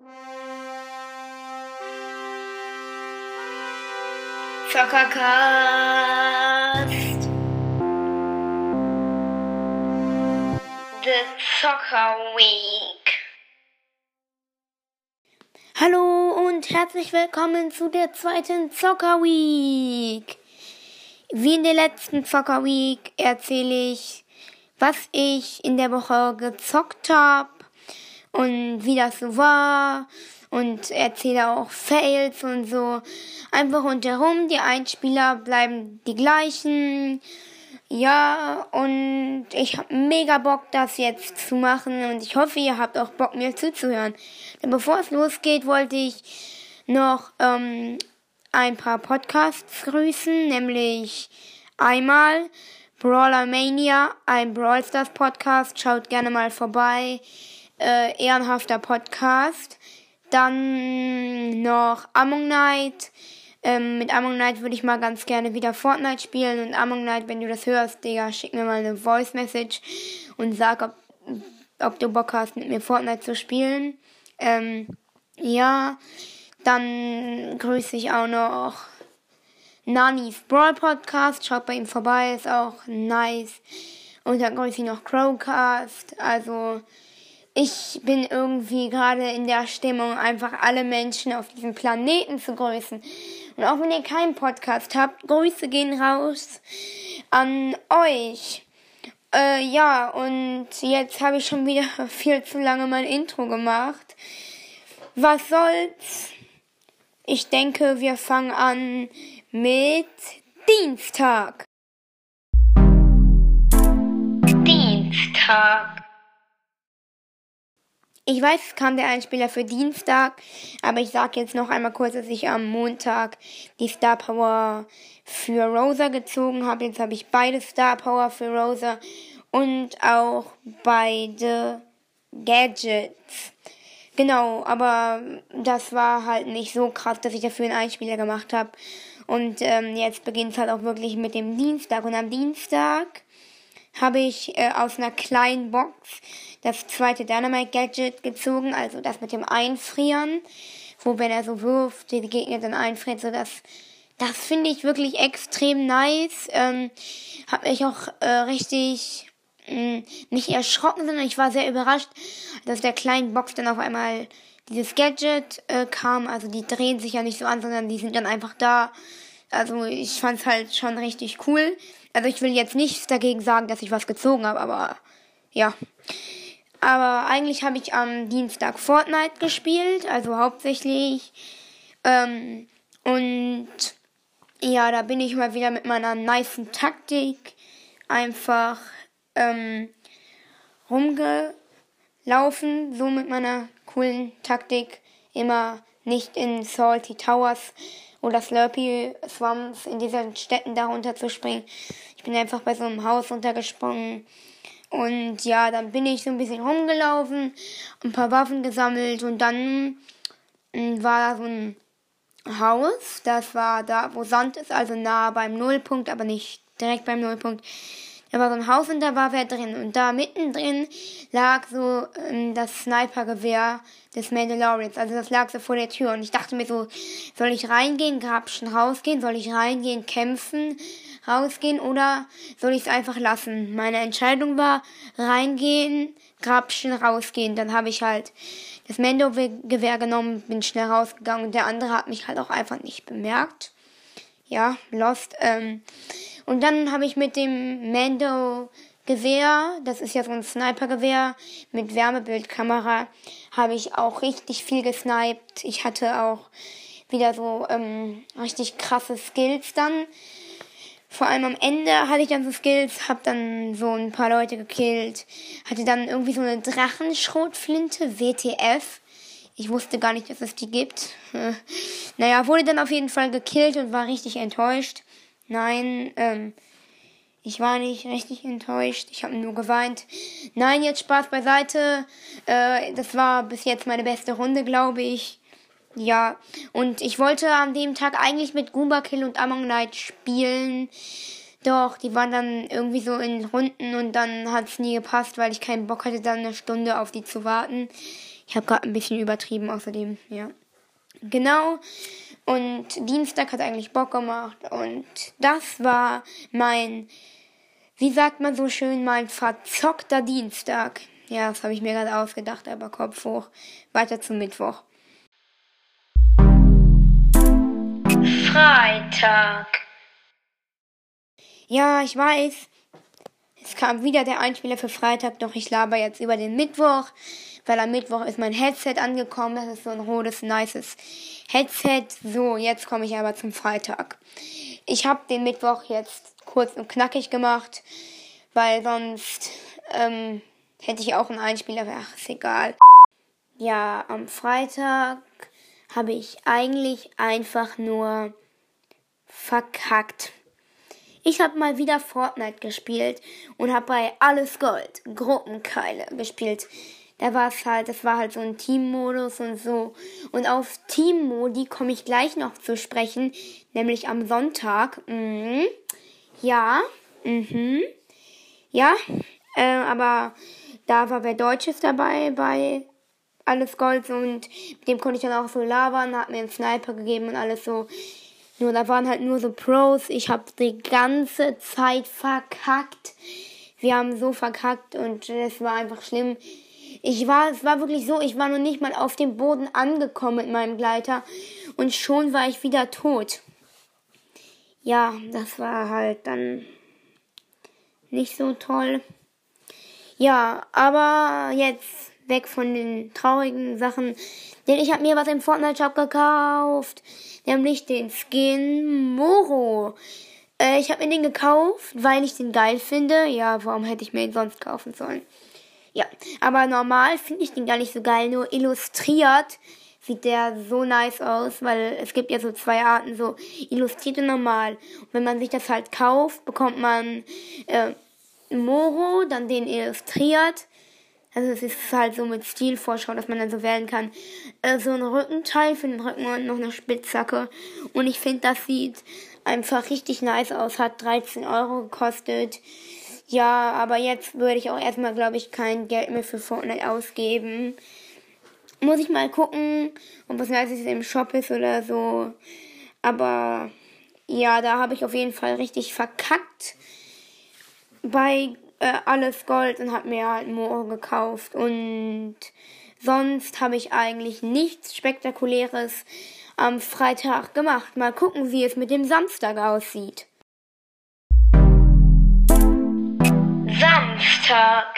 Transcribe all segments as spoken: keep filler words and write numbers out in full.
Zockercast. The Zocker Week. Hallo und herzlich willkommen zu der zweiten Zocker Week. Wie in der letzten Zocker Week erzähle ich, was ich in der Woche gezockt habe und wie das so war und erzähle auch Fails und so. Einfach rundherum, die Einspieler bleiben die gleichen. Ja, und ich habe mega Bock, das jetzt zu machen und ich hoffe, ihr habt auch Bock, mir zuzuhören. Denn bevor es losgeht, wollte ich noch ähm, ein paar Podcasts grüßen, nämlich einmal Brawler Mania, ein Brawl Stars Podcast, schaut gerne mal vorbei, äh, ehrenhafter Podcast. Dann noch Among Night. Ähm, mit Among Night würde ich mal ganz gerne wieder Fortnite spielen. Und Among Night, wenn du das hörst, Digga, schick mir mal eine Voice Message und sag, ob, ob du Bock hast, mit mir Fortnite zu spielen. Ähm, ja, dann grüße ich auch noch Nanis Brawl Podcast. Schaut bei ihm vorbei, ist auch nice. Und dann grüße ich noch Crowcast. Also, ich bin irgendwie gerade in der Stimmung, einfach alle Menschen auf diesem Planeten zu grüßen. Und auch wenn ihr keinen Podcast habt, Grüße gehen raus an euch. Äh, ja, und jetzt habe ich schon wieder viel zu lange mein Intro gemacht. Was soll's? Ich denke, wir fangen an mit Dienstag. Dienstag. Ich weiß, es kam der Einspieler für Dienstag, aber ich sage jetzt noch einmal kurz, dass ich am Montag die Star Power für Rosa gezogen habe. Jetzt habe ich beide Star Power für Rosa und auch beide Gadgets. Genau, aber das war halt nicht so krass, dass ich dafür einen Einspieler gemacht habe. Und ähm, jetzt beginnt es halt auch wirklich mit dem Dienstag. Und am Dienstag habe ich äh, aus einer kleinen Box das zweite Dynamite-Gadget gezogen, also das mit dem Einfrieren, wo wenn er so wirft, die Gegner dann einfriert, so das, das finde ich wirklich extrem nice. Ähm, hat mich auch äh, richtig mh, nicht erschrocken, sondern ich war sehr überrascht, dass der kleinen Box dann auf einmal dieses Gadget äh, kam. Also die drehen sich ja nicht so an, sondern die sind dann einfach da. Also ich fand's halt schon richtig cool. Also ich will jetzt nichts dagegen sagen, dass ich was gezogen habe, aber ja. Aber eigentlich habe ich am Dienstag Fortnite gespielt, also hauptsächlich. Ähm, und ja, da bin ich mal wieder mit meiner nicen Taktik einfach ähm, rumgelaufen, so mit meiner coolen Taktik. Immer nicht in Salty Towers oder Slurpy Swamps in diesen Städten darunter zu springen. Ich bin einfach bei so einem Haus runtergesprungen. Und ja, dann bin ich so ein bisschen rumgelaufen, ein paar Waffen gesammelt und dann mh, war da so ein Haus, das war da, wo Sand ist, also nah beim Nullpunkt, aber nicht direkt beim Nullpunkt. Da war so ein Haus und da war wer drin. Und da mittendrin lag so ähm, das Snipergewehr des Mandalorians. Also das lag so vor der Tür. Und ich dachte mir so, soll ich reingehen, grapschen, rausgehen? Soll ich reingehen, kämpfen, rausgehen? Oder soll ich es einfach lassen? Meine Entscheidung war, reingehen, grapschen, rausgehen. Dann habe ich halt das Mando-Gewehr genommen, bin schnell rausgegangen. Und der andere hat mich halt auch einfach nicht bemerkt. Ja, lost. Ähm, und dann habe ich mit dem Mando-Gewehr, das ist ja so ein Sniper-Gewehr mit Wärmebildkamera, habe ich auch richtig viel gesniped. Ich hatte auch wieder so ähm, richtig krasse Skills dann. Vor allem am Ende hatte ich dann so Skills, habe dann so ein paar Leute gekillt, hatte dann irgendwie so eine Drachenschrotflinte, W T F. Ich wusste gar nicht, dass es die gibt. Naja, wurde dann auf jeden Fall gekillt und war richtig enttäuscht. Nein, ähm, ich war nicht richtig enttäuscht. Ich habe nur geweint. Nein, jetzt Spaß beiseite. Äh, das war bis jetzt meine beste Runde, glaube ich. Ja, und ich wollte an dem Tag eigentlich mit Goomba Kill und Among Night spielen. Doch, die waren dann irgendwie so in Runden und dann hat es nie gepasst, weil ich keinen Bock hatte, dann eine Stunde auf die zu warten. Ich habe gerade ein bisschen übertrieben außerdem, ja. Genau. Und Dienstag hat eigentlich Bock gemacht. Und das war mein, wie sagt man so schön, mein verzockter Dienstag. Ja, das habe ich mir gerade ausgedacht, aber Kopf hoch. Weiter zum Mittwoch. Freitag. Ja, ich weiß. Es kam wieder der Einspieler für Freitag, doch ich laber jetzt über den Mittwoch, weil am Mittwoch ist mein Headset angekommen. Das ist so ein rotes, nices Headset. So, jetzt komme ich aber zum Freitag. Ich habe den Mittwoch jetzt kurz und knackig gemacht, weil sonst ähm, hätte ich auch einen Einspieler. Ach, ist egal. Ja, am Freitag habe ich eigentlich einfach nur verkackt. Ich habe mal wieder Fortnite gespielt und habe bei Alles Gold Gruppenkeile gespielt. Da war es halt, das war halt so ein Teammodus und so. Und auf Teammodi komme ich gleich noch zu sprechen, nämlich am Sonntag. Mhm. Ja, mhm. Ja, äh, aber da war wer Deutsches dabei bei Alles Gold und mit dem konnte ich dann auch so labern, hat mir einen Sniper gegeben und alles so. Nur da waren halt nur so Pros. Ich habe die ganze Zeit verkackt. Wir haben so verkackt und es war einfach schlimm. Ich war, es war wirklich so, ich war noch nicht mal auf dem Boden angekommen mit meinem Gleiter und schon war ich wieder tot. Ja, das war halt dann nicht so toll. Ja, aber jetzt weg von den traurigen Sachen, denn ich habe mir was im Fortnite-Shop gekauft, nämlich den Skin Moro. Äh, ich habe mir den gekauft, weil ich den geil finde. Ja, warum hätte ich mir ihn sonst kaufen sollen? Ja, aber normal finde ich den gar nicht so geil, nur illustriert sieht der so nice aus, weil es gibt ja so zwei Arten, so illustriert und normal. Und wenn man sich das halt kauft, bekommt man äh, Moro, dann den illustriert. Also es ist halt so mit Stilvorschau, dass man dann so wählen kann. Äh, so ein Rückenteil für den Rücken und noch eine Spitzhacke. Und ich finde, das sieht einfach richtig nice aus. Hat dreizehn Euro gekostet. Ja, aber jetzt würde ich auch erstmal, glaube ich, kein Geld mehr für Fortnite ausgeben. Muss ich mal gucken, ob was Nices im Shop ist oder so. Aber ja, da habe ich auf jeden Fall richtig verkackt bei äh, Alles Gold und habe mir halt Moro gekauft. Und sonst habe ich eigentlich nichts Spektakuläres am Freitag gemacht. Mal gucken, wie es mit dem Samstag aussieht. Samstag.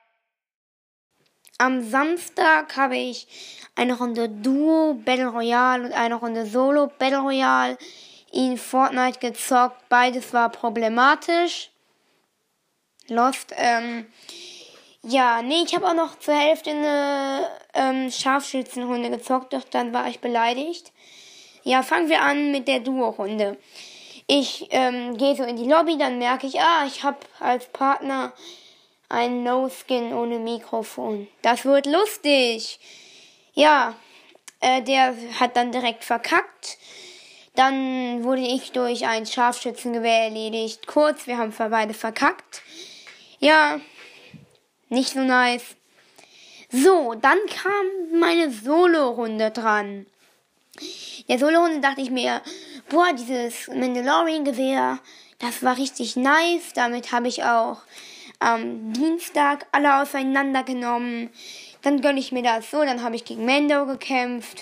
Am Samstag habe ich eine Runde Duo Battle Royale und eine Runde Solo Battle Royale in Fortnite gezockt. Beides war problematisch. Lost, ähm, ja, nee, ich habe auch noch zur Hälfte eine ähm, Scharfschützenrunde gezockt, doch dann war ich beleidigt. Ja, fangen wir an mit der Duo-Runde. Ich ähm, gehe so in die Lobby, dann merke ich, ah, ich habe als Partner einen No-Skin ohne Mikrofon. Das wird lustig. Ja, äh, der hat dann direkt verkackt. Dann wurde ich durch ein Scharfschützengewehr erledigt. Kurz, wir haben beide verkackt. Ja, nicht so nice. So, dann kam meine Solo-Runde dran. Der Solo-Runde dachte ich mir, boah, dieses Mandalorian-Gewehr, das war richtig nice. Damit habe ich auch am Dienstag alle auseinandergenommen. Dann gönne ich mir das so, dann habe ich gegen Mando gekämpft.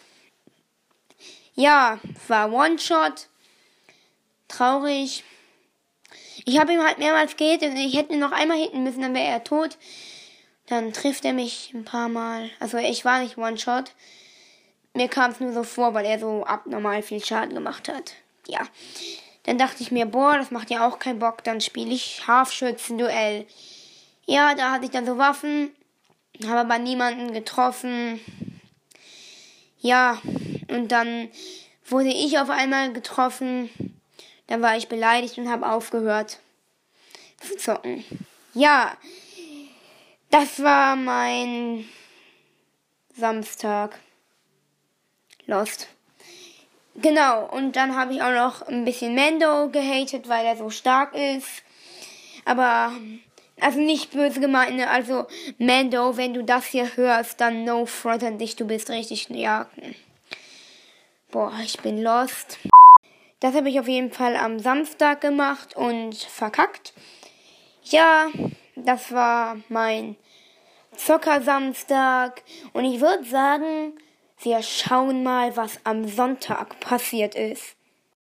Ja, war One-Shot. Traurig. Ich habe ihm halt mehrmals gehittet und ich hätte ihn noch einmal hitten müssen, dann wäre er tot. Dann trifft er mich ein paar Mal. Also ich war nicht One-Shot. Mir kam es nur so vor, weil er so abnormal viel Schaden gemacht hat. Ja. Dann dachte ich mir, boah, das macht ja auch keinen Bock. Dann spiele ich Scharfschützen-Duell. Ja, da hatte ich dann so Waffen. Habe aber niemanden getroffen. Ja, und dann wurde ich auf einmal getroffen. Dann war ich beleidigt und habe aufgehört zu zocken. Ja, das war mein Samstag. Lost. Genau, und dann habe ich auch noch ein bisschen Mando gehatet, weil er so stark ist. Aber Also nicht böse gemeint, ne? Also Mando, wenn du das hier hörst, dann no front an dich, du bist richtig, ja. Boah, ich bin lost. Das habe ich auf jeden Fall am Samstag gemacht und verkackt. Ja, das war mein Zocker-Samstag. Und ich würde sagen, wir schauen mal, was am Sonntag passiert ist.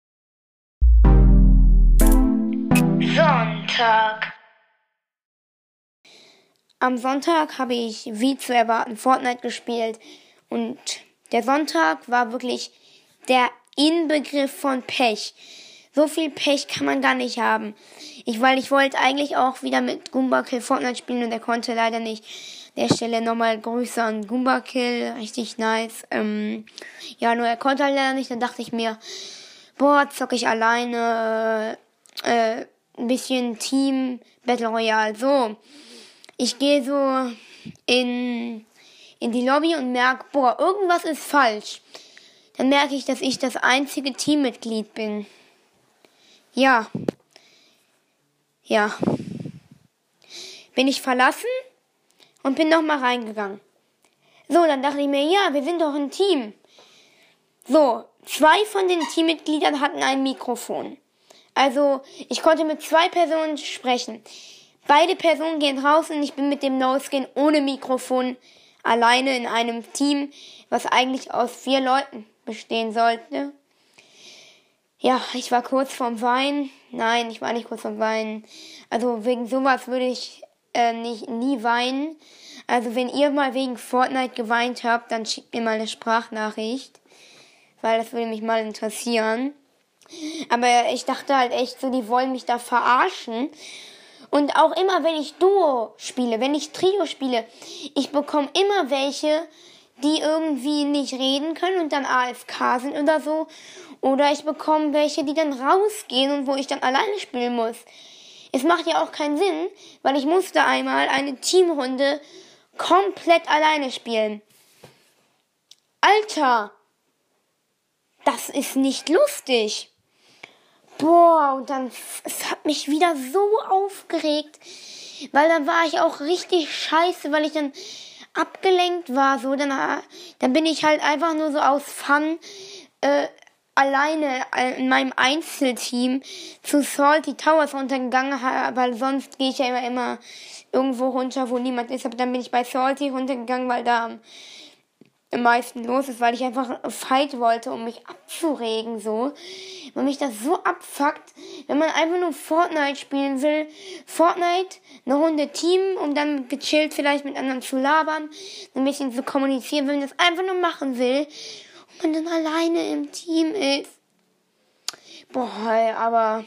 Sonntag. Am Sonntag habe ich, wie zu erwarten, Fortnite gespielt. Und der Sonntag war wirklich der Inbegriff von Pech. So viel Pech kann man gar nicht haben. Ich, weil ich wollte eigentlich auch wieder mit Goomba Kill Fortnite spielen und er konnte leider nicht. An der Stelle nochmal Grüße an Goomba Kill, richtig nice. Ähm, ja, nur er konnte halt leider nicht. Dann dachte ich mir, boah, zocke ich alleine äh, ein bisschen Team Battle Royale. So, ich gehe so in, in die Lobby und merke, boah, irgendwas ist falsch. Dann merke ich, dass ich das einzige Teammitglied bin. Ja. Ja. Bin ich verlassen und bin nochmal reingegangen. So, dann dachte ich mir, ja, wir sind doch ein Team. So, zwei von den Teammitgliedern hatten ein Mikrofon. Also, ich konnte mit zwei Personen sprechen. Beide Personen gehen raus und ich bin mit dem No-Skin ohne Mikrofon alleine in einem Team, was eigentlich aus vier Leuten bestehen sollte. Ja, ich war kurz vorm Weinen. Nein, ich war nicht kurz vorm Weinen. Also wegen sowas würde ich äh, nicht nie weinen. Also wenn ihr mal wegen Fortnite geweint habt, dann schickt mir mal eine Sprachnachricht, weil das würde mich mal interessieren. Aber ich dachte halt echt so, die wollen mich da verarschen. Und auch immer, wenn ich Duo spiele, wenn ich Trio spiele, ich bekomme immer welche, die irgendwie nicht reden können und dann A F K sind oder so. Oder ich bekomme welche, die dann rausgehen und wo ich dann alleine spielen muss. Es macht ja auch keinen Sinn, weil ich musste einmal eine Teamrunde komplett alleine spielen. Alter, das ist nicht lustig. Boah, und dann, es hat mich wieder so aufgeregt, weil dann war ich auch richtig scheiße, weil ich dann abgelenkt war, so, dann, dann bin ich halt einfach nur so aus Fun, äh, alleine in meinem Einzelteam zu Salty Towers runtergegangen, weil sonst gehe ich ja immer, immer irgendwo runter, wo niemand ist, aber dann bin ich bei Salty runtergegangen, weil da am, am meisten los ist, weil ich einfach Fight wollte, um mich abzuregen, so. Weil mich das so abfuckt, wenn man einfach nur Fortnite spielen will. Fortnite, eine Runde Team, um dann gechillt vielleicht mit anderen zu labern, ein bisschen zu kommunizieren, wenn man das einfach nur machen will und man dann alleine im Team ist. Boah, aber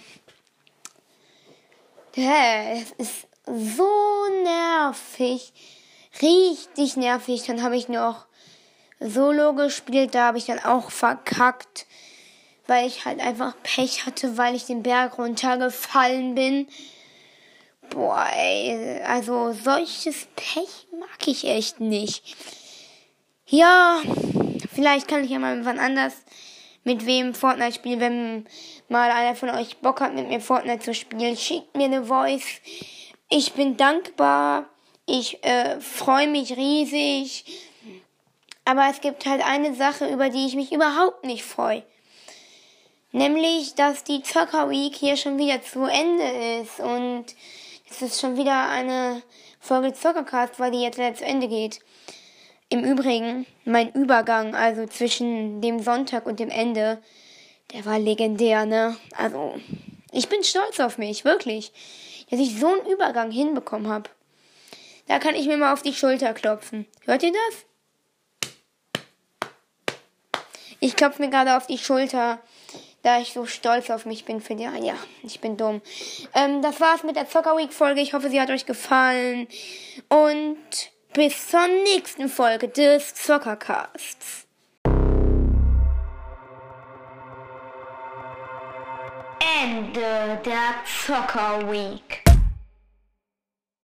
hä, es ist so nervig, richtig nervig. Dann habe ich noch Solo gespielt, da habe ich dann auch verkackt, weil ich halt einfach Pech hatte, weil ich den Berg runtergefallen bin. Boah, ey, also solches Pech mag ich echt nicht. Ja, vielleicht kann ich ja mal wann anders mit wem Fortnite spielen, wenn mal einer von euch Bock hat, mit mir Fortnite zu spielen. Schickt mir eine Voice. Ich bin dankbar. Ich äh, freue mich riesig. Aber es gibt halt eine Sache, über die ich mich überhaupt nicht freue. Nämlich, dass die Zocker Week hier schon wieder zu Ende ist. Und es ist schon wieder eine Folge Zockercast, weil die jetzt zu Ende geht. Im Übrigen, mein Übergang, also zwischen dem Sonntag und dem Ende, der war legendär, ne? Also, ich bin stolz auf mich, wirklich. Dass ich so einen Übergang hinbekommen habe. Da kann ich mir mal auf die Schulter klopfen. Hört ihr das? Ich klopfe mir gerade auf die Schulter, da ich so stolz auf mich bin für die. Ja, ich bin dumm. Ähm, das war's mit der Zocker Week Folge. Ich hoffe, sie hat euch gefallen. Und bis zur nächsten Folge des Zockercasts. Ende der Zocker Week.